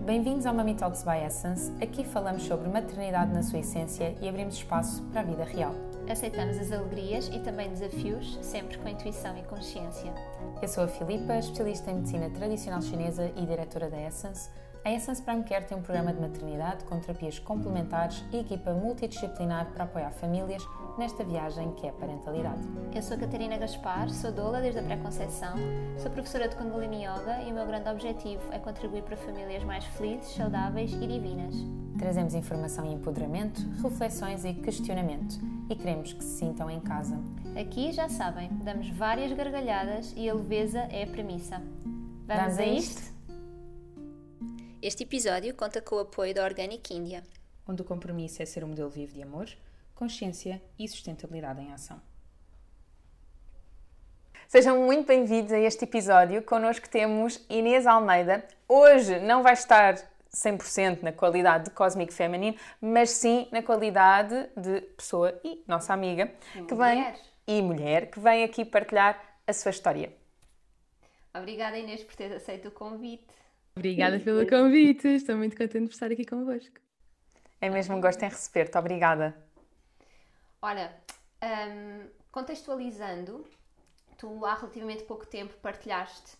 Bem-vindos ao Mummy Talks by Essence. Aqui falamos sobre maternidade na sua essência e abrimos espaço para a vida real. Aceitamos as alegrias e também desafios, sempre com intuição e consciência. Eu sou a Filipa, especialista em medicina tradicional chinesa e diretora da Essence. A Essence Prime Care tem um programa de maternidade com terapias complementares e equipa multidisciplinar para apoiar famílias nesta viagem que é a parentalidade. Eu sou a Catarina Gaspar, sou doula desde a pré-conceição, sou professora de Kundalini Yoga e o meu grande objetivo é contribuir para famílias mais felizes, saudáveis e divinas. Trazemos informação e empoderamento, reflexões e questionamento e queremos que se sintam em casa. Aqui, já sabem, damos várias gargalhadas e a leveza é a premissa. Vamos a isto? Este episódio conta com o apoio da Organic India, onde o compromisso é ser um modelo vivo de amor, consciência e sustentabilidade em ação. Sejam muito bem-vindos a este episódio. Connosco temos Inês Almeida. Hoje não vai estar 100% na qualidade de Cosmic Feminine, mas sim na qualidade de pessoa e nossa amiga mulher que vem aqui partilhar a sua história. Obrigada, Inês, por teres aceito o convite. Obrigada pelo convite, estou muito contente por estar aqui convosco. É mesmo um gosto em receber-te, obrigada. Olha, contextualizando, tu há relativamente pouco tempo partilhaste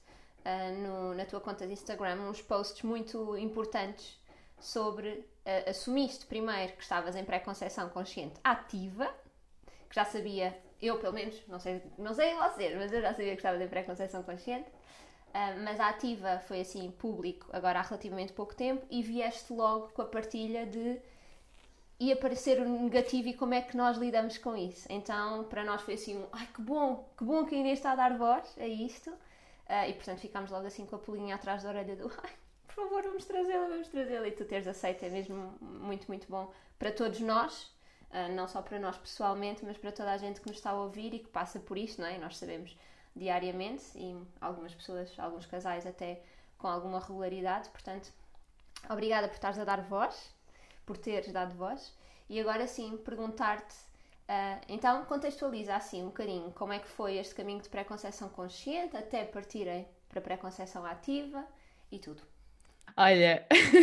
na tua conta de Instagram uns posts muito importantes sobre, assumiste primeiro que estavas em pré-conceição consciente ativa, que já sabia, eu pelo menos, não sei vocês, mas eu já sabia que estavas em pré-conceição consciente. Mas a ativa foi assim público agora há relativamente pouco tempo e vieste logo com a partilha de ia aparecer o negativo e como é que nós lidamos com isso. Então para nós foi assim ai que bom que a Inês está a dar voz a isto e portanto ficámos logo assim com a pulguinha atrás da orelha do ai, por favor vamos trazê-la e tu teres aceito é mesmo muito, muito bom para todos nós, não só para nós pessoalmente, mas para toda a gente que nos está a ouvir e que passa por isto, não é? Nós sabemos diariamente e algumas pessoas, alguns casais até com alguma regularidade, portanto obrigada por estares a dar voz, por teres dado voz. E agora sim, perguntar-te, então contextualiza assim um bocadinho como é que foi este caminho de pré-conceição consciente até partirem para pré-conceição ativa e tudo. Olha,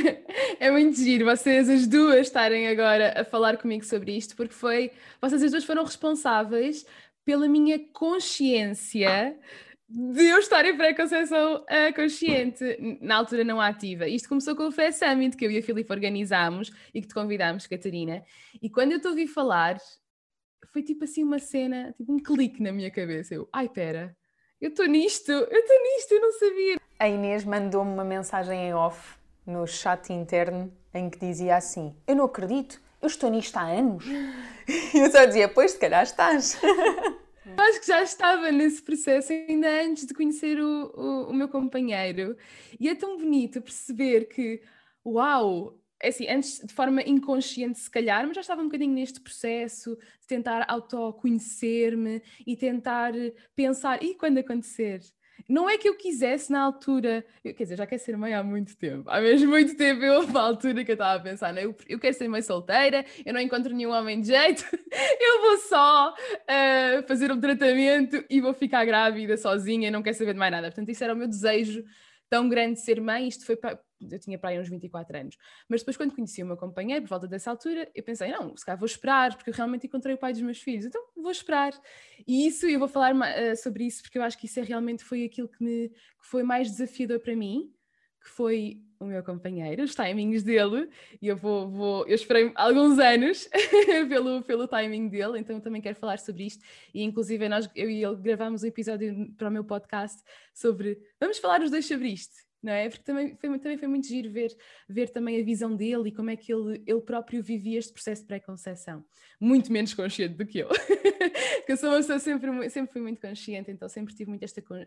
é muito giro vocês as duas estarem agora a falar comigo sobre isto, porque vocês as duas foram responsáveis pela minha consciência de eu estar em pré-conceição consciente, na altura não ativa. Isto começou com o Fé Summit, que eu e a Filipe organizámos e que te convidámos, Catarina. E quando eu te ouvi falar, foi tipo assim uma cena, tipo um clique na minha cabeça. Ai, pera, eu estou nisto, eu não sabia. A Inês mandou-me uma mensagem em off no chat interno em que dizia assim: eu não acredito, eu estou nisto há anos. E eu só dizia, pois, se calhar estás. Acho que já estava nesse processo ainda antes de conhecer o meu companheiro. E é tão bonito perceber que, uau, é assim, antes de forma inconsciente se calhar, mas já estava um bocadinho neste processo de tentar autoconhecer-me e tentar pensar, e quando acontecer? Não é que eu quisesse na altura, quer dizer, já quero ser mãe há muito tempo, há mesmo muito tempo, a altura que eu estava a pensar, não, eu quero ser mãe solteira, eu não encontro nenhum homem de jeito, eu vou só fazer um tratamento e vou ficar grávida sozinha, não quero saber de mais nada. Portanto, isso era o meu desejo tão grande de ser mãe. Isto foi eu tinha para aí uns 24 anos. Mas depois, quando conheci o meu companheiro, por volta dessa altura, eu pensei, não, se calhar vou esperar, porque eu realmente encontrei o pai dos meus filhos, então vou esperar. E isso, eu vou falar sobre isso, porque eu acho que isso realmente foi aquilo que foi mais desafiador para mim, que foi o meu companheiro, os timings dele, e eu esperei alguns anos pelo timing dele, então eu também quero falar sobre isto, e inclusive eu e ele gravámos um episódio para o meu podcast sobre, vamos falar os dois sobre isto, não é? Porque também foi muito giro ver também a visão dele e como é que ele próprio vivia este processo de pré-conceição. Muito menos consciente do que eu. Porque eu sou uma pessoa sempre fui muito consciente, então sempre tive muito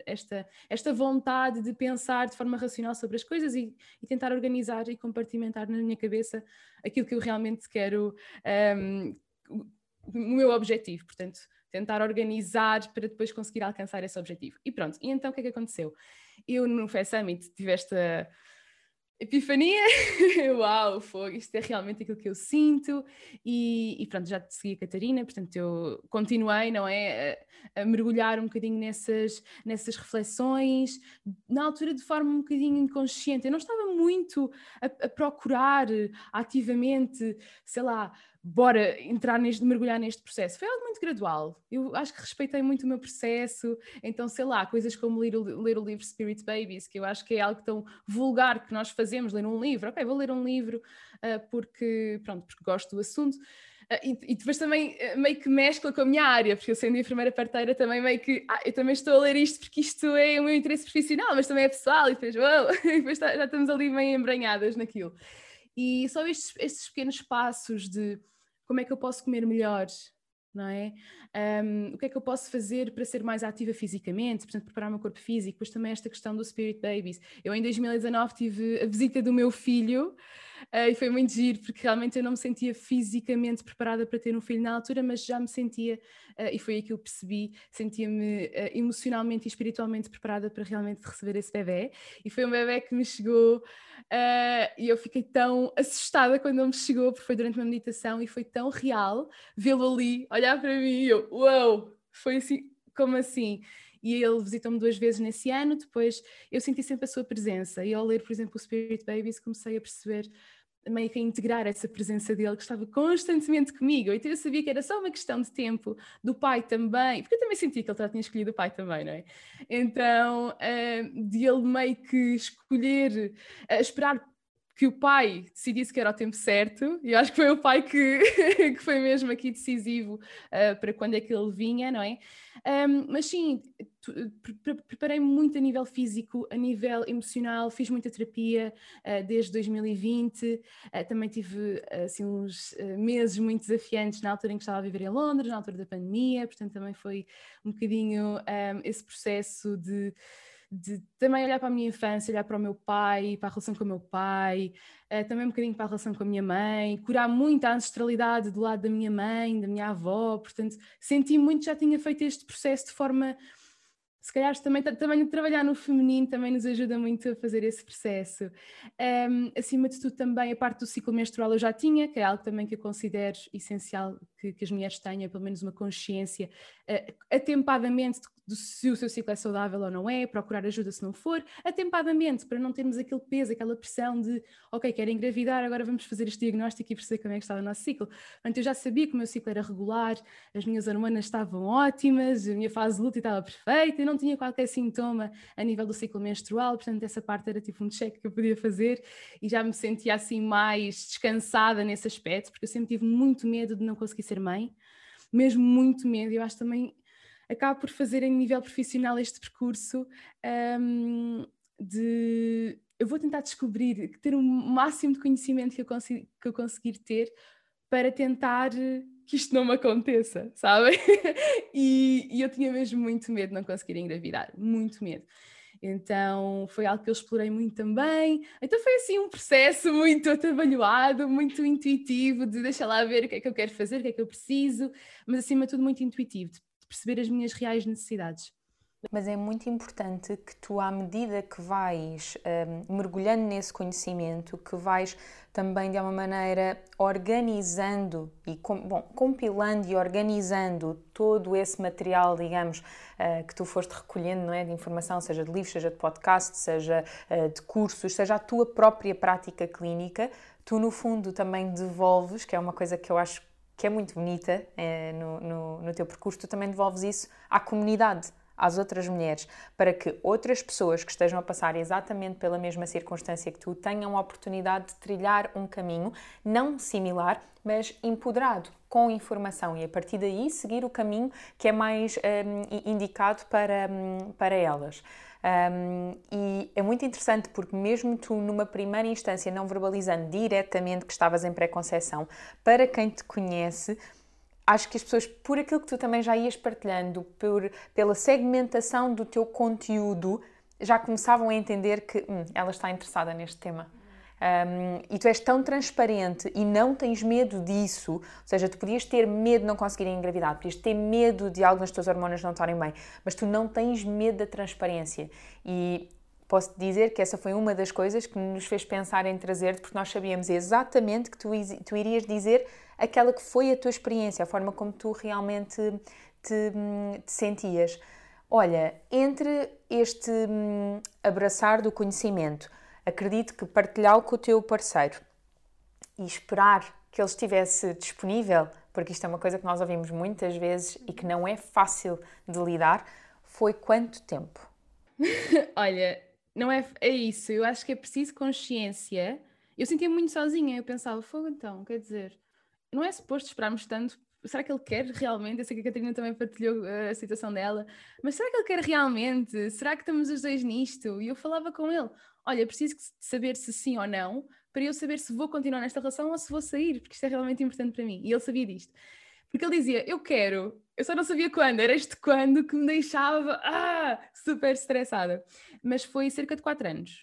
esta vontade de pensar de forma racional sobre as coisas e tentar organizar e compartimentar na minha cabeça aquilo que eu realmente quero, o meu objetivo, portanto, tentar organizar para depois conseguir alcançar esse objetivo. E pronto, e então o que é que aconteceu? Eu no Fé Summit tive epifania, uau, fogo, isto é realmente aquilo que eu sinto e pronto, já te segui a Catarina, portanto eu continuei, não é, a mergulhar um bocadinho nessas reflexões, na altura de forma um bocadinho inconsciente, eu não estava muito a procurar ativamente, sei lá, bora mergulhar neste processo, foi algo muito gradual, eu acho que respeitei muito o meu processo, então sei lá, coisas como ler o livro Spirit Babies, que eu acho que é algo tão vulgar que nós fazemos, ler um livro, ok, vou ler um livro porque gosto do assunto, e depois também meio que mescla com a minha área, porque eu sendo enfermeira parteira também meio que, eu também estou a ler isto porque isto é o meu interesse profissional, mas também é pessoal, e depois, uou, e depois já estamos ali meio embranhadas naquilo. E só estes pequenos passos de como é que eu posso comer melhor, não é? O que é que eu posso fazer para ser mais ativa fisicamente, portanto, preparar o meu corpo físico, depois também esta questão do Spirit Babies. Eu em 2019 tive a visita do meu filho e foi muito giro, porque realmente eu não me sentia fisicamente preparada para ter um filho na altura, mas já me sentia, e foi aí que eu percebi, sentia-me emocionalmente e espiritualmente preparada para realmente receber esse bebê, e foi um bebê que me chegou e eu fiquei tão assustada quando ele me chegou, porque foi durante uma meditação e foi tão real vê-lo ali, olhar para mim e eu, uau, foi assim, como assim? E ele visitou-me 2 vezes nesse ano, depois eu senti sempre a sua presença, e ao ler, por exemplo, o Spirit Babies, comecei a perceber, meio que a integrar essa presença dele, que estava constantemente comigo, então eu sabia que era só uma questão de tempo, do pai também, porque eu também sentia que ele já tinha escolhido o pai também, não é? Então, de ele meio que escolher, esperar que o pai decidisse que era o tempo certo, e eu acho que foi o pai que, que foi mesmo aqui decisivo para quando é que ele vinha, não é? Mas sim, preparei-me muito a nível físico, a nível emocional, fiz muita terapia desde 2020, também tive assim uns meses muito desafiantes na altura em que estava a viver em Londres, na altura da pandemia, portanto também foi um bocadinho esse processo de também olhar para a minha infância, olhar para o meu pai, para a relação com o meu pai, também um bocadinho para a relação com a minha mãe, curar muito a ancestralidade do lado da minha mãe, da minha avó, portanto senti muito, já tinha feito este processo de forma, se calhar também trabalhar no feminino também nos ajuda muito a fazer esse processo. Acima de tudo também a parte do ciclo menstrual eu já tinha, que é algo também que eu considero essencial que as mulheres tenham, pelo menos uma consciência atempadamente se o seu ciclo é saudável ou não é, procurar ajuda se não for, atempadamente, para não termos aquele peso, aquela pressão de, ok, quero engravidar, agora vamos fazer este diagnóstico e perceber como é que está o nosso ciclo. Portanto, eu já sabia que o meu ciclo era regular, as minhas hormonas estavam ótimas, a minha fase de luto estava perfeita, eu não tinha qualquer sintoma a nível do ciclo menstrual, portanto, essa parte era tipo um check que eu podia fazer e já me sentia assim mais descansada nesse aspecto, porque eu sempre tive muito medo de não conseguir ser mãe, mesmo muito medo, eu acho também acabo por fazer em nível profissional este percurso de eu vou tentar descobrir, ter o máximo de conhecimento que eu conseguir ter para tentar que isto não me aconteça, sabem? E eu tinha mesmo muito medo de não conseguir engravidar, muito medo. Então foi algo que eu explorei muito também. Então foi assim um processo muito atabalhoado, muito intuitivo, de deixar lá ver o que é que eu quero fazer, o que é que eu preciso, mas acima de tudo muito intuitivo, de perceber as minhas reais necessidades. Mas é muito importante que tu, à medida que vais mergulhando nesse conhecimento, que vais também de alguma maneira organizando e compilando e organizando todo esse material, digamos, que tu foste recolhendo, não é, de informação, seja de livros, seja de podcast, seja de cursos, seja a tua própria prática clínica, tu no fundo também devolves, que é uma coisa que eu acho que é muito bonita no teu percurso, tu também devolves isso à comunidade, às outras mulheres, para que outras pessoas que estejam a passar exatamente pela mesma circunstância que tu tenham a oportunidade de trilhar um caminho não similar, mas empoderado, com informação, e a partir daí seguir o caminho que é mais indicado para elas. E é muito interessante porque mesmo tu numa primeira instância não verbalizando diretamente que estavas em pré-conceição, para quem te conhece, acho que as pessoas, por aquilo que tu também já ias partilhando, pela segmentação do teu conteúdo, já começavam a entender que ela está interessada neste tema. E tu és tão transparente e não tens medo disso, ou seja, tu podias ter medo de não conseguir engravidar, podias ter medo de algo nas tuas hormonas não estarem bem, mas tu não tens medo da transparência. E posso-te dizer que essa foi uma das coisas que nos fez pensar em trazer-te, porque nós sabíamos exatamente que tu irias dizer aquela que foi a tua experiência, a forma como tu realmente te sentias. Olha, entre este abraçar do conhecimento, acredito que partilhá-lo com o teu parceiro e esperar que ele estivesse disponível, porque isto é uma coisa que nós ouvimos muitas vezes e que não é fácil de lidar, foi quanto tempo? Olha, não é isso. Eu acho que é preciso consciência. Eu sentia muito sozinha. Eu pensava, fogo então, quer dizer, não é suposto esperarmos tanto. Será que ele quer realmente? Eu sei que a Catarina também partilhou a situação dela, mas será que ele quer realmente? Será que estamos os dois nisto? E eu falava com ele, olha, preciso saber se sim ou não, para eu saber se vou continuar nesta relação ou se vou sair, porque isto é realmente importante para mim. E ele sabia disto. Porque ele dizia, eu quero, eu só não sabia quando, era este quando que me deixava super estressada. Mas foi cerca de 4 anos.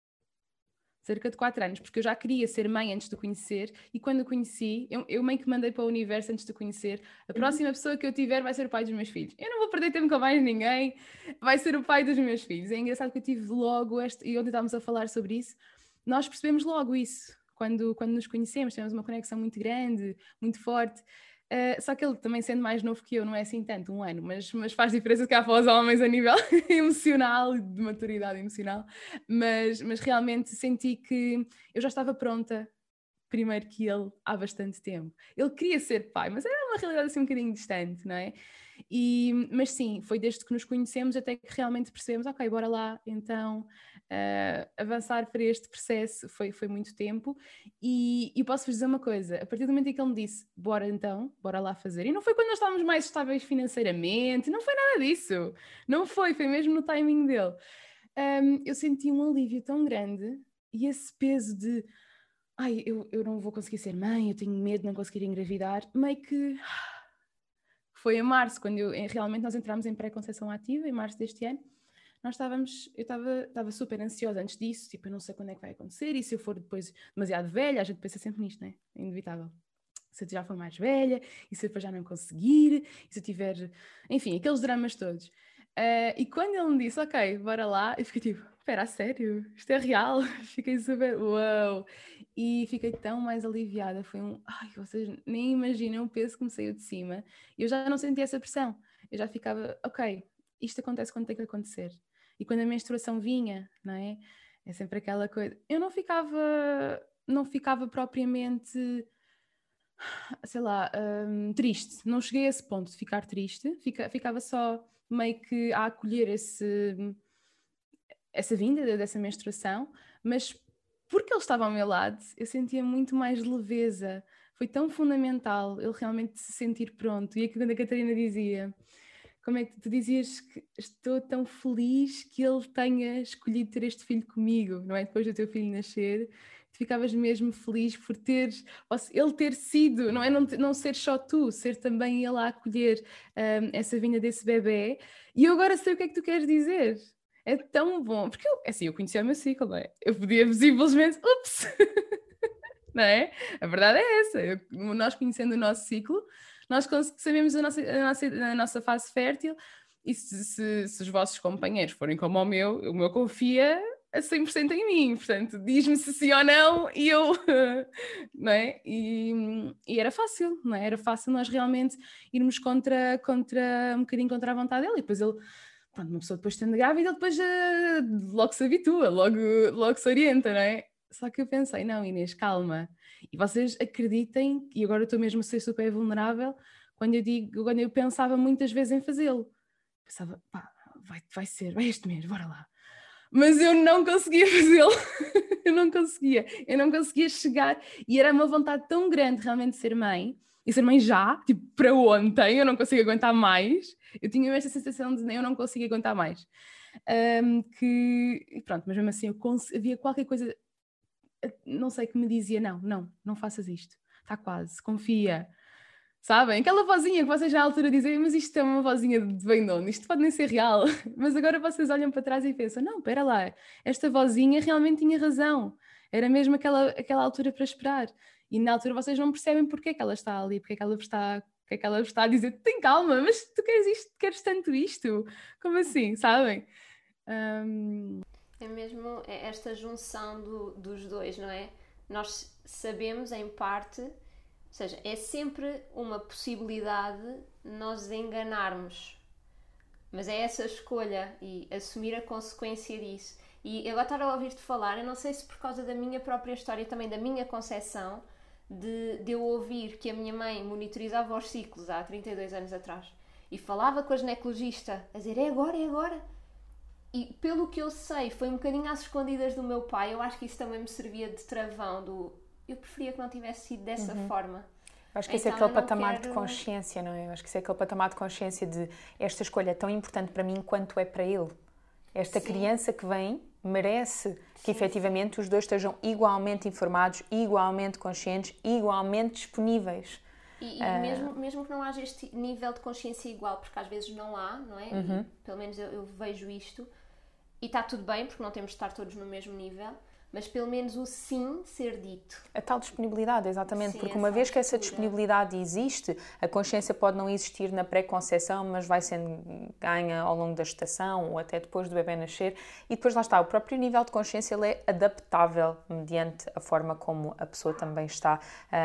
Cerca de 4 anos, porque eu já queria ser mãe antes de o conhecer, e quando o conheci, eu meio que mandei para o universo antes de o conhecer, a próxima pessoa que eu tiver vai ser o pai dos meus filhos. Eu não vou perder tempo com mais ninguém, vai ser o pai dos meus filhos. É engraçado que eu tive logo, e ontem estávamos a falar sobre isso, nós percebemos logo isso, quando nos conhecemos, tivemos uma conexão muito grande, muito forte. Só que ele também sendo mais novo que eu, não é assim tanto, 1 ano, mas faz diferença cá para os homens a nível emocional, de maturidade emocional, mas realmente senti que eu já estava pronta primeiro que ele há bastante tempo. Ele queria ser pai, mas era uma realidade assim um bocadinho distante, não é? Mas sim, foi desde que nos conhecemos até que realmente percebemos, ok, bora lá então avançar para este processo, foi muito tempo, e posso-vos dizer uma coisa, a partir do momento em que ele me disse, bora então, bora lá fazer, e não foi quando nós estávamos mais estáveis financeiramente, não foi nada disso, não foi mesmo no timing dele. Eu senti um alívio tão grande, e esse peso de ai, eu não vou conseguir ser mãe, eu tenho medo de não conseguir engravidar, meio que foi em março, quando realmente nós entramos em pré-conceição ativa, em março deste ano. Eu estava super ansiosa antes disso, tipo, eu não sei quando é que vai acontecer, e se eu for depois demasiado velha, a gente pensa sempre nisto, não é? É inevitável. Se eu já for mais velha, e se eu depois já não conseguir, e se eu tiver... Enfim, aqueles dramas todos. E quando ele me disse, ok, bora lá, eu fiquei tipo, espera, a sério? Isto é real? Fiquei super, uau! E fiquei tão mais aliviada, foi ai, vocês nem imaginam o peso que me saiu de cima. Eu já não sentia essa pressão, eu já ficava, ok, isto acontece quando tem que acontecer. E quando a menstruação vinha, não é? É sempre aquela coisa. Eu não ficava propriamente, sei lá, triste. Não cheguei a esse ponto de ficar triste. Ficava só meio que a acolher essa vinda dessa menstruação, mas porque ele estava ao meu lado, eu sentia muito mais leveza. Foi tão fundamental ele realmente se sentir pronto. E é que quando a Catarina dizia, como é que tu dizias que estou tão feliz que ele tenha escolhido ter este filho comigo, não é? Depois do teu filho nascer, tu ficavas mesmo feliz por ele ter sido, não é? Não ser só tu, ser também ele a acolher essa vinda desse bebê. E eu agora sei o que é que tu queres dizer. É tão bom, porque eu conhecia o meu ciclo, não é? Eu podia simplesmente, ups, não é? A verdade é essa, nós conhecendo o nosso ciclo, nós sabemos a nossa fase fértil, e se os vossos companheiros forem como o meu confia a 100% em mim, portanto, diz-me se sim ou não, e eu, não é? E era fácil, não é? Era fácil nós realmente irmos um bocadinho contra a vontade dele, e depois ele... Pronto, uma pessoa depois estando grávida, depois logo se habitua, logo se orienta, não é? Só que eu pensei, não, Inês, calma. E vocês acreditem, e agora eu estou mesmo a ser super vulnerável, quando eu pensava muitas vezes em fazê-lo. Pensava, pá, vai este mês, bora lá. Mas eu não conseguia fazê-lo. eu não conseguia chegar, e era uma vontade tão grande realmente de ser mãe, e ser mãe já, tipo, para ontem, eu não consigo aguentar mais. Eu tinha esta sensação de eu não consigo aguentar mais. Pronto, mas mesmo assim havia qualquer coisa, não sei, que me dizia, não faças isto, está quase, confia. Sabem? Aquela vozinha que vocês já à altura dizem, mas isto é uma vozinha de bem de onde? Isto pode nem ser real. Mas agora vocês olham para trás e pensam, não, espera lá, esta vozinha realmente tinha razão. Era mesmo aquela altura para esperar. E na altura vocês não percebem porque é que ela está ali, porque é que ela está a dizer, tem calma, mas tu queres isto, queres tanto isto? Como assim, sabem? É esta junção dos dois, não é? Nós sabemos em parte, ou seja, é sempre uma possibilidade nós enganarmos, mas é essa escolha e assumir a consequência disso. E agora estar a ouvir-te falar, eu não sei se por causa da minha própria história, também da minha concepção, de eu ouvir que a minha mãe monitorizava os ciclos há 32 anos atrás e falava com a ginecologista a dizer é agora. E pelo que eu sei, foi um bocadinho às escondidas do meu pai. Eu acho que isso também me servia de travão. Eu preferia que não tivesse sido dessa forma. Acho que esse é aquele patamar de consciência, não é? Acho que esse é aquele patamar de consciência de esta escolha é tão importante para mim quanto é para ele. Esta criança que vem merece que efetivamente os dois estejam igualmente informados, igualmente conscientes, igualmente disponíveis. E mesmo que não haja este nível de consciência igual, porque às vezes não há, não é? E, pelo menos eu vejo isto, e está tudo bem, porque não temos de estar todos no mesmo nível, mas pelo menos o sim ser dito. A tal disponibilidade, exatamente, porque uma vez que essa disponibilidade existe, a consciência pode não existir na pré-conceição, mas vai sendo ganha ao longo da gestação ou até depois do bebê nascer, e depois lá está, o próprio nível de consciência ele é adaptável mediante a forma como a pessoa também está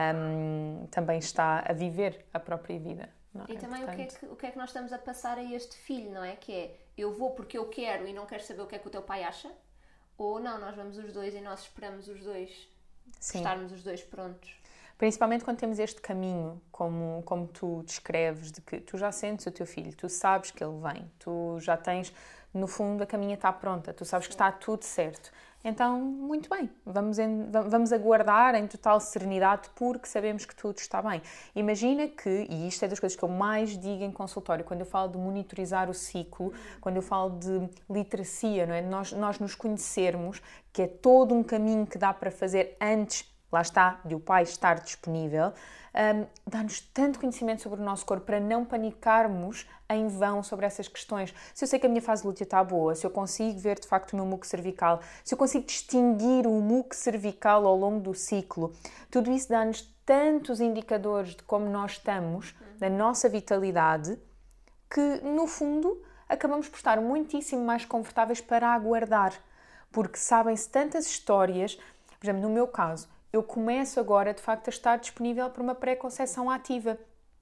a viver a própria vida. Não e é? também Portanto, o que é que nós estamos a passar a este filho, não é? Que é, eu vou porque eu quero e não quero saber o que é que o teu pai acha, ou não, nós vamos os dois e nós esperamos os dois, estarmos os dois prontos. Principalmente quando temos este caminho, como tu descreves, de que tu já sentes o teu filho, tu sabes que ele vem, tu já tens, no fundo, a caminha está pronta, tu sabes que está tudo certo. Então, muito bem, vamos aguardar em total serenidade porque sabemos que tudo está bem. Imagina que, e isto é das coisas que eu mais digo em consultório, quando eu falo de monitorizar o ciclo, quando eu falo de literacia, não é? Nós nos conhecermos, que é todo um caminho que dá para fazer antes, lá está, de o pai estar disponível, dá-nos tanto conhecimento sobre o nosso corpo para não panicarmos em vão sobre essas questões. Se eu sei que a minha fase lútea está boa, se eu consigo ver de facto o meu muco cervical, se eu consigo distinguir o muco cervical ao longo do ciclo, tudo isso dá-nos tantos indicadores de como nós estamos, da nossa vitalidade, que no fundo acabamos por estar muitíssimo mais confortáveis para aguardar, porque sabem-se tantas histórias, por exemplo, no meu caso, eu começo agora, de facto, a estar disponível para uma pré-conceição ativa.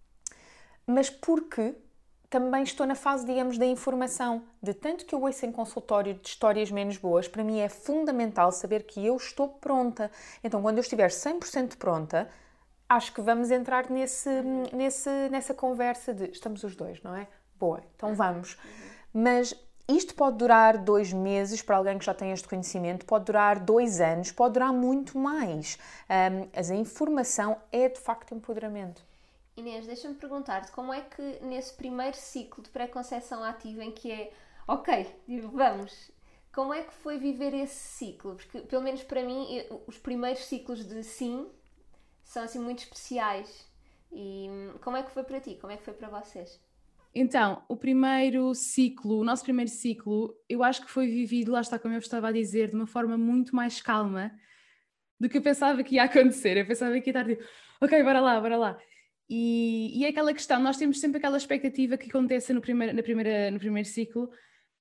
Mas porque também estou na fase, digamos, da informação. De tanto que eu ouço em consultório de histórias menos boas, para mim é fundamental saber que eu estou pronta. Então, quando eu estiver 100% pronta, acho que vamos entrar nessa conversa de estamos os dois, não é? Boa, então vamos. Mas isto pode durar 2 meses para alguém que já tem este conhecimento, pode durar 2 anos, pode durar muito mais. Mas a informação é de facto empoderamento. Inês, deixa-me perguntar-te como é que nesse primeiro ciclo de pré-conceição ativa em que é ok, vamos, como é que foi viver esse ciclo? Porque pelo menos para mim os primeiros ciclos de sim são assim muito especiais. E como é que foi para ti? Como é que foi para vocês? Então, o nosso primeiro ciclo, eu acho que foi vivido, lá está como eu estava a dizer, de uma forma muito mais calma do que eu pensava que ia acontecer. Eu pensava que ia estar tipo, ok, bora lá. E é aquela questão, nós temos sempre aquela expectativa que aconteça no primeiro ciclo,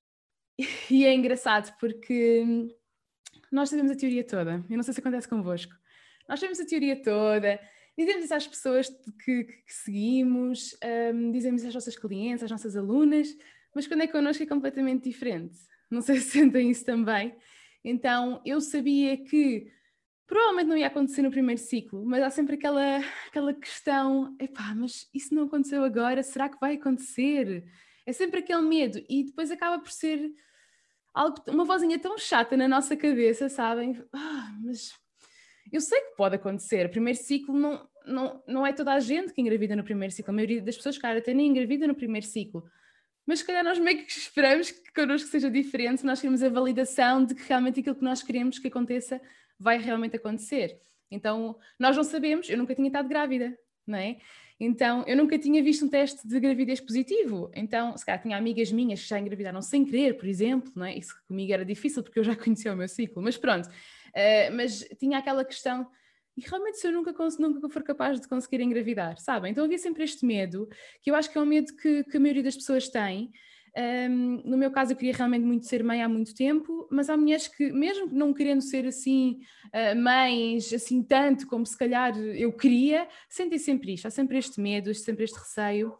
e é engraçado porque nós sabemos a teoria toda. Eu não sei se acontece convosco. Nós sabemos a teoria toda. Dizemos isso às pessoas que seguimos, dizemos isso às nossas clientes, às nossas alunas, mas quando é connosco é completamente diferente. Não sei se sentem isso também. Então, eu sabia que provavelmente não ia acontecer no primeiro ciclo, mas há sempre aquela questão, epá, mas isso não aconteceu agora, será que vai acontecer? É sempre aquele medo e depois acaba por ser uma vozinha tão chata na nossa cabeça, sabem? Mas eu sei que pode acontecer. O primeiro ciclo não é toda a gente que engravida no primeiro ciclo. A maioria das pessoas, cara, até nem engravida no primeiro ciclo. Mas se calhar nós meio que esperamos que connosco seja diferente, nós queremos a validação de que realmente aquilo que nós queremos que aconteça vai realmente acontecer. Então, nós não sabemos, eu nunca tinha estado grávida, não é? Então, eu nunca tinha visto um teste de gravidez positivo. Então, se calhar tinha amigas minhas que já engravidaram sem querer, por exemplo, não é? Isso comigo era difícil porque eu já conhecia o meu ciclo, mas pronto. Mas tinha aquela questão, e realmente se eu nunca for capaz de conseguir engravidar, sabem? Então havia sempre este medo, que eu acho que é um medo que a maioria das pessoas tem, No meu caso, eu queria realmente muito ser mãe há muito tempo, mas há mulheres que, mesmo não querendo ser assim, mães, assim tanto como se calhar eu queria, sentem sempre isto, há sempre este medo, sempre este receio.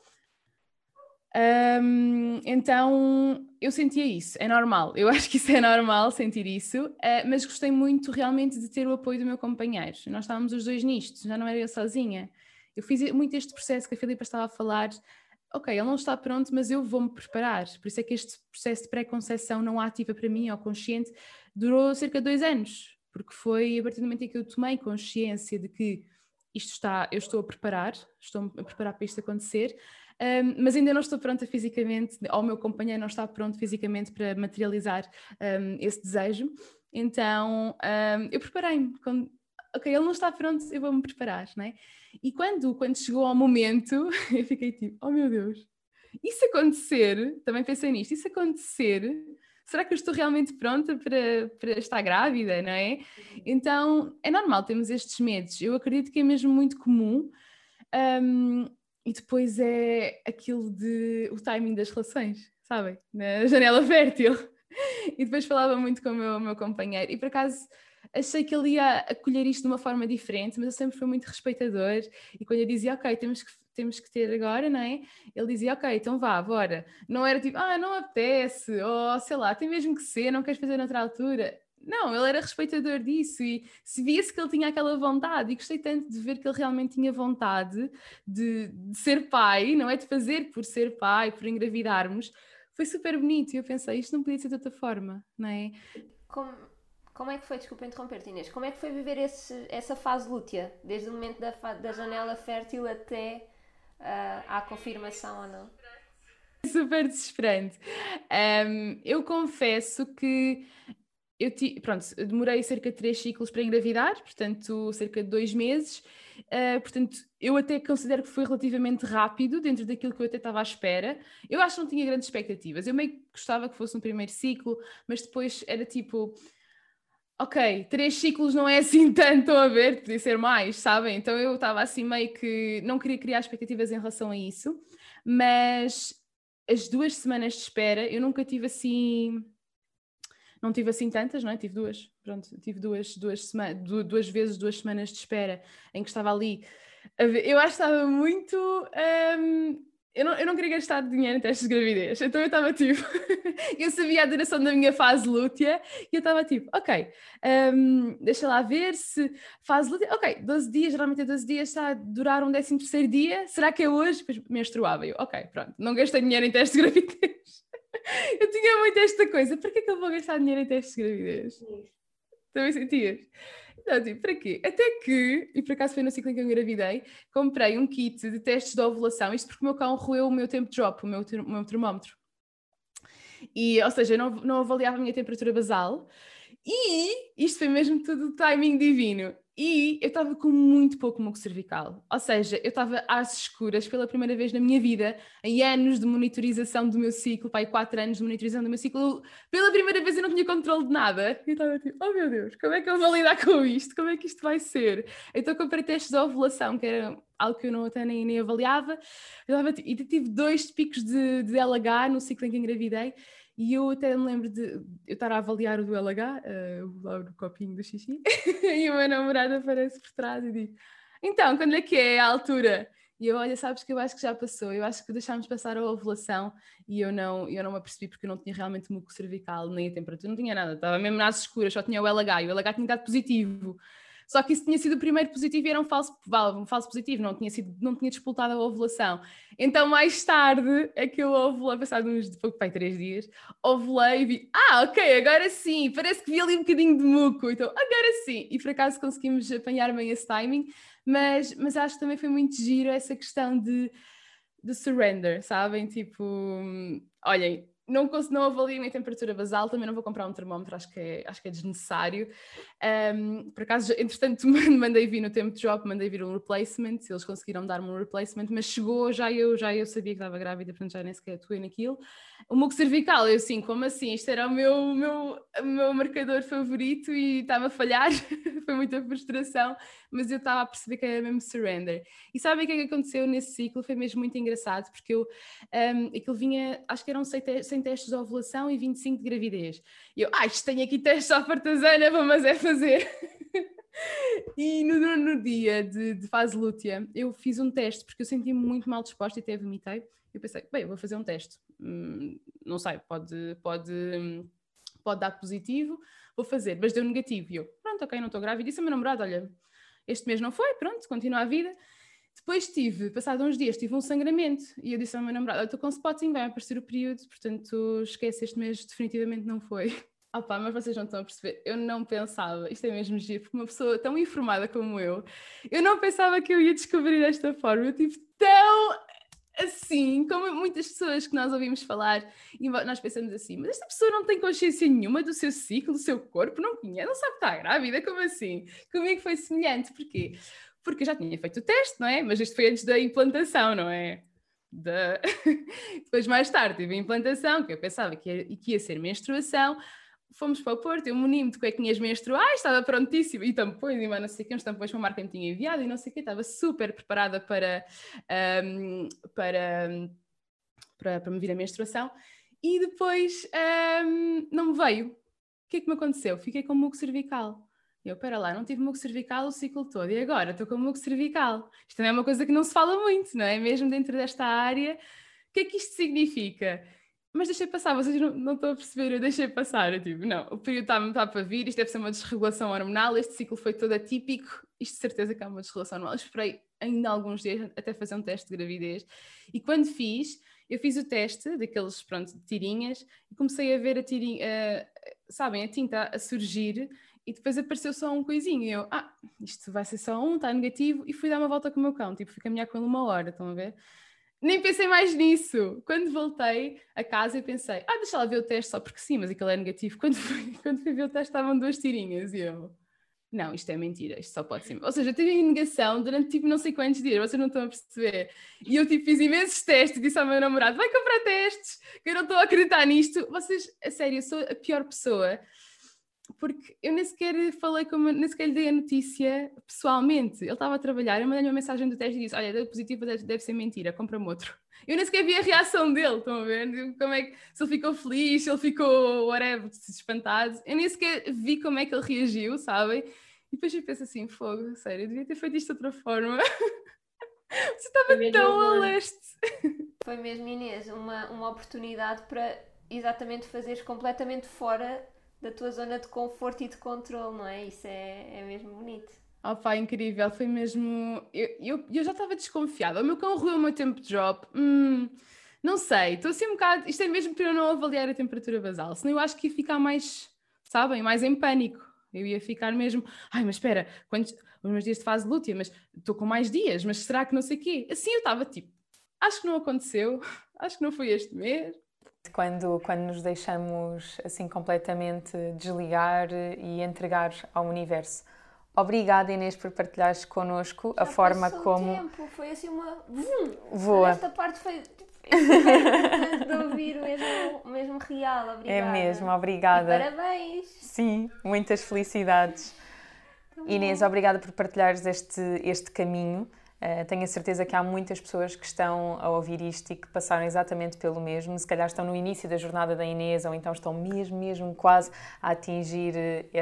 Então eu sentia isso, é normal, eu acho que isso é normal sentir isso, mas gostei muito realmente de ter o apoio do meu companheiro. Nós estávamos os dois nisto, já não era eu sozinha. Eu fiz muito este processo que a Filipa estava a falar. Ok, ele não está pronto, mas eu vou-me preparar. Por isso é que este processo de pré-conceição não ativa para mim, ou consciente, durou cerca de 2 anos, porque foi a partir do momento em que eu tomei consciência de que eu estou a preparar, estou a preparar para isto acontecer, mas ainda não estou pronta fisicamente, ou o meu companheiro não está pronto fisicamente para materializar esse desejo. Então eu preparei-me. Ok, ele não está pronto, eu vou-me preparar, não é? E quando chegou ao momento, eu fiquei tipo, oh meu Deus, e se acontecer, também pensei nisto, e se acontecer, será que eu estou realmente pronta para estar grávida, não é? Então é normal, temos estes medos, eu acredito que é mesmo muito comum. E depois é aquilo de o timing das relações, sabem? Na janela fértil. E depois falava muito com o meu companheiro. E por acaso achei que ele ia acolher isto de uma forma diferente, mas eu sempre fui muito respeitador. E quando eu dizia, ok, temos que ter agora, não é? Ele dizia, ok, então vá, bora. Não era tipo, não apetece, ou sei lá, tem mesmo que ser, não queres fazer noutra altura. Não, ele era respeitador disso e se via-se que ele tinha aquela vontade, e gostei tanto de ver que ele realmente tinha vontade de ser pai, não é? De fazer por ser pai, por engravidarmos. Foi super bonito e eu pensei, isto não podia ser de outra forma, não é? Como é que foi, desculpa interromper-te, Inês, como é que foi viver essa fase lútea, desde o momento da janela fértil até à confirmação ou não? Super desesperante. Eu confesso que pronto, demorei cerca de 3 ciclos para engravidar, portanto cerca de 2 meses, portanto eu até considero que foi relativamente rápido dentro daquilo que eu até estava à espera. Eu acho que não tinha grandes expectativas, eu meio que gostava que fosse um primeiro ciclo, mas depois era tipo, ok, 3 ciclos não é assim tanto, estão a ver, podia ser mais, sabem? Então eu estava assim meio que não queria criar expectativas em relação a isso, mas as 2 semanas de espera eu nunca tive assim. Não tive assim tantas, não é? Tive duas, pronto, tive duas vezes 2 semanas de espera em que estava ali. Eu acho que estava muito. Eu não queria gastar dinheiro em testes de gravidez, então eu estava tipo. Eu sabia a duração da minha fase lútea e eu estava tipo, ok, deixa lá ver se fase lútea. Ok, 12 dias, geralmente é 12 dias, está a durar um 13º dia, será que é hoje? Depois menstruava eu, ok, pronto, não gastei dinheiro em testes de gravidez. Eu tinha muito esta coisa, para que é que eu vou gastar dinheiro em testes de gravidez? Também sentias? Então, tipo, para quê? Até que, e por acaso foi no ciclo em que eu engravidei, comprei um kit de testes de ovulação, isto porque o meu cão roeu o meu tempo drop, o meu termómetro. E, ou seja, eu não avaliava a minha temperatura basal. E isto foi mesmo tudo timing divino. E eu estava com muito pouco muco cervical. Ou seja, eu estava às escuras pela primeira vez na minha vida, em anos de monitorização do meu ciclo, pai, 4 anos de monitorização do meu ciclo. Pela primeira vez eu não tinha controle de nada. E eu estava tipo, oh meu Deus, como é que eu vou lidar com isto? Como é que isto vai ser? Então comprei testes de ovulação, que era algo que eu não, até nem avaliava. E tive 2 picos de LH no ciclo em que engravidei. E eu até me lembro de eu estar a avaliar o do LH, o copinho do xixi, e o meu namorado aparece por trás e diz, então, quando é que é a altura? E eu, olha, sabes que eu acho que já passou, eu acho que deixámos passar a ovulação e eu não me apercebi porque eu não tinha realmente muco cervical, nem a temperatura, não tinha nada, estava mesmo nas escuras, só tinha o LH e o LH tinha dado positivo. Só que isso tinha sido o primeiro positivo e era um falso positivo, não tinha disputado a ovulação. Então, mais tarde, é que eu ovulei, passado uns 3 dias, ovulei e vi, ok, agora sim, parece que vi ali um bocadinho de muco, então agora sim. E por acaso conseguimos apanhar bem esse timing, mas acho que também foi muito giro essa questão de surrender, sabem? Tipo, olhem, não avaliei a minha temperatura basal, também não vou comprar um termómetro, acho que é desnecessário. Por acaso, entretanto, mandei vir no tempo de job, mandei vir um replacement, eles conseguiram dar-me um replacement, mas chegou, já eu sabia que estava grávida, portanto já nem sequer atuei naquilo. O muco cervical, eu assim, como assim? Isto era o meu marcador favorito e estava a falhar, foi muita frustração, mas eu estava a perceber que era mesmo surrender. E sabem o que é que aconteceu nesse ciclo? Foi mesmo muito engraçado, porque aquilo vinha, acho que eram 100 testes de ovulação e 25 de gravidez. E eu, isto tenho aqui testes à fartazana, vamos fazer. E no dia de fase lútea, eu fiz um teste, porque eu senti-me muito mal disposta e até vomitei. Eu pensei, bem, eu vou fazer um teste. Não sei, pode dar positivo, vou fazer. Mas deu negativo. E eu, pronto, ok, não estou grávida. E disse ao meu namorado, olha, este mês não foi, pronto, continua a vida. Depois passado uns dias, tive um sangramento. E eu disse ao meu namorado, estou com spotting, vai aparecer o período, portanto, esquece, este mês definitivamente não foi. Mas vocês não estão a perceber, eu não pensava, isto é mesmo giro, porque uma pessoa tão informada como eu não pensava que eu ia descobrir desta forma, eu tive tão assim, como muitas pessoas que nós ouvimos falar, e nós pensamos assim, mas esta pessoa não tem consciência nenhuma do seu ciclo, do seu corpo, não conhece, não sabe que está grávida, como assim? Comigo foi semelhante, porquê? Porque eu já tinha feito o teste, não é? Mas isto foi antes da implantação, não é? Depois mais tarde tive a implantação, que eu pensava que ia ser menstruação. Fomos para o Porto, eu muni-me de cuequinhas menstruais, estava prontíssima, e tampões, e não sei o quê, uns tampões que uma marca me tinha enviado, e não sei o quê, estava super preparada para me vir a menstruação, e depois não me veio. O que é que me aconteceu? Fiquei com muco cervical. Eu, espera lá, não tive muco cervical o ciclo todo, e agora estou com muco cervical. Isto também é uma coisa que não se fala muito, não é? Mesmo dentro desta área, o que é que isto significa? Mas deixei passar, vocês não estão a perceber, eu deixei passar, eu tipo, não, o período está para vir, isto deve ser uma desregulação hormonal, este ciclo foi todo atípico, isto de certeza que é uma desregulação hormonal. Eu esperei ainda alguns dias até fazer um teste de gravidez, e quando eu fiz o teste daqueles, pronto, de tirinhas, e comecei a ver a tirinha, sabem, a tinta a surgir, e depois apareceu só um coisinho, e eu, isto vai ser só um, está negativo, e fui dar uma volta com o meu cão, tipo, fui caminhar com ele 1 hora, estão a ver? Nem pensei mais nisso. Quando voltei a casa eu pensei, deixa lá ver o teste só porque sim, mas aquilo é negativo. Quando fui ver o teste estavam 2 tirinhas e eu, não, isto é mentira, isto só pode ser. Ou seja, eu tive em negação durante tipo não sei quantos dias, vocês não estão a perceber. E eu tipo fiz imensos testes e disse ao meu namorado, vai comprar testes, que eu não estou a acreditar nisto. Vocês, a sério, eu sou a pior pessoa. Porque eu nem sequer nem sequer lhe dei a notícia pessoalmente. Ele estava a trabalhar, eu mandei-lhe uma mensagem do teste e disse, olha, deu positivo, deve ser mentira, compra-me outro. Eu nem sequer vi a reação dele, estão a ver? Como é que, se ele ficou feliz, se ele ficou, whatever, espantado. Eu nem sequer vi como é que ele reagiu, sabem? E depois eu penso assim, fogo, sério, eu devia ter feito isto de outra forma. Você estava tão a leste. Foi mesmo, Inês, uma oportunidade para exatamente fazeres completamente fora da tua zona de conforto e de controle, não é? Isso é mesmo bonito. Incrível, foi mesmo... Eu já estava desconfiada. O meu cão roeu o meu tempo de job. Não sei, estou assim um bocado... Isto é mesmo para eu não avaliar a temperatura basal. Senão eu acho que ia ficar mais, sabem, mais em pânico. Eu ia ficar mesmo... mas espera, os meus dias de fase lútea, mas estou com mais dias, mas será que não sei o quê? Assim eu estava tipo... Acho que não aconteceu. Acho que não foi este mês. Quando nos deixamos assim completamente desligar e entregar ao universo. Obrigada, Inês, por partilhares connosco a forma como... Tempo. Foi assim uma... Voa. Esta parte foi importante de ouvir mesmo real. Obrigada. É mesmo, obrigada. E parabéns. Sim, muitas felicidades. Inês, obrigada por partilhares este caminho. Tenho a certeza que há muitas pessoas que estão a ouvir isto e que passaram exatamente pelo mesmo. Se calhar estão no início da jornada da Inês ou então estão mesmo quase a atingir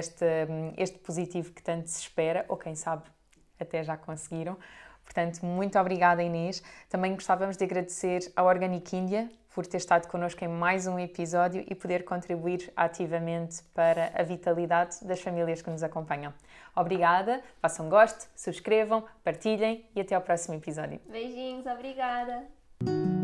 este positivo que tanto se espera, ou quem sabe até já conseguiram. Portanto, muito obrigada, Inês. Também gostávamos de agradecer à Organic India por ter estado connosco em mais um episódio e poder contribuir ativamente para a vitalidade das famílias que nos acompanham. Obrigada, façam gosto, subscrevam, partilhem e até ao próximo episódio. Beijinhos, obrigada.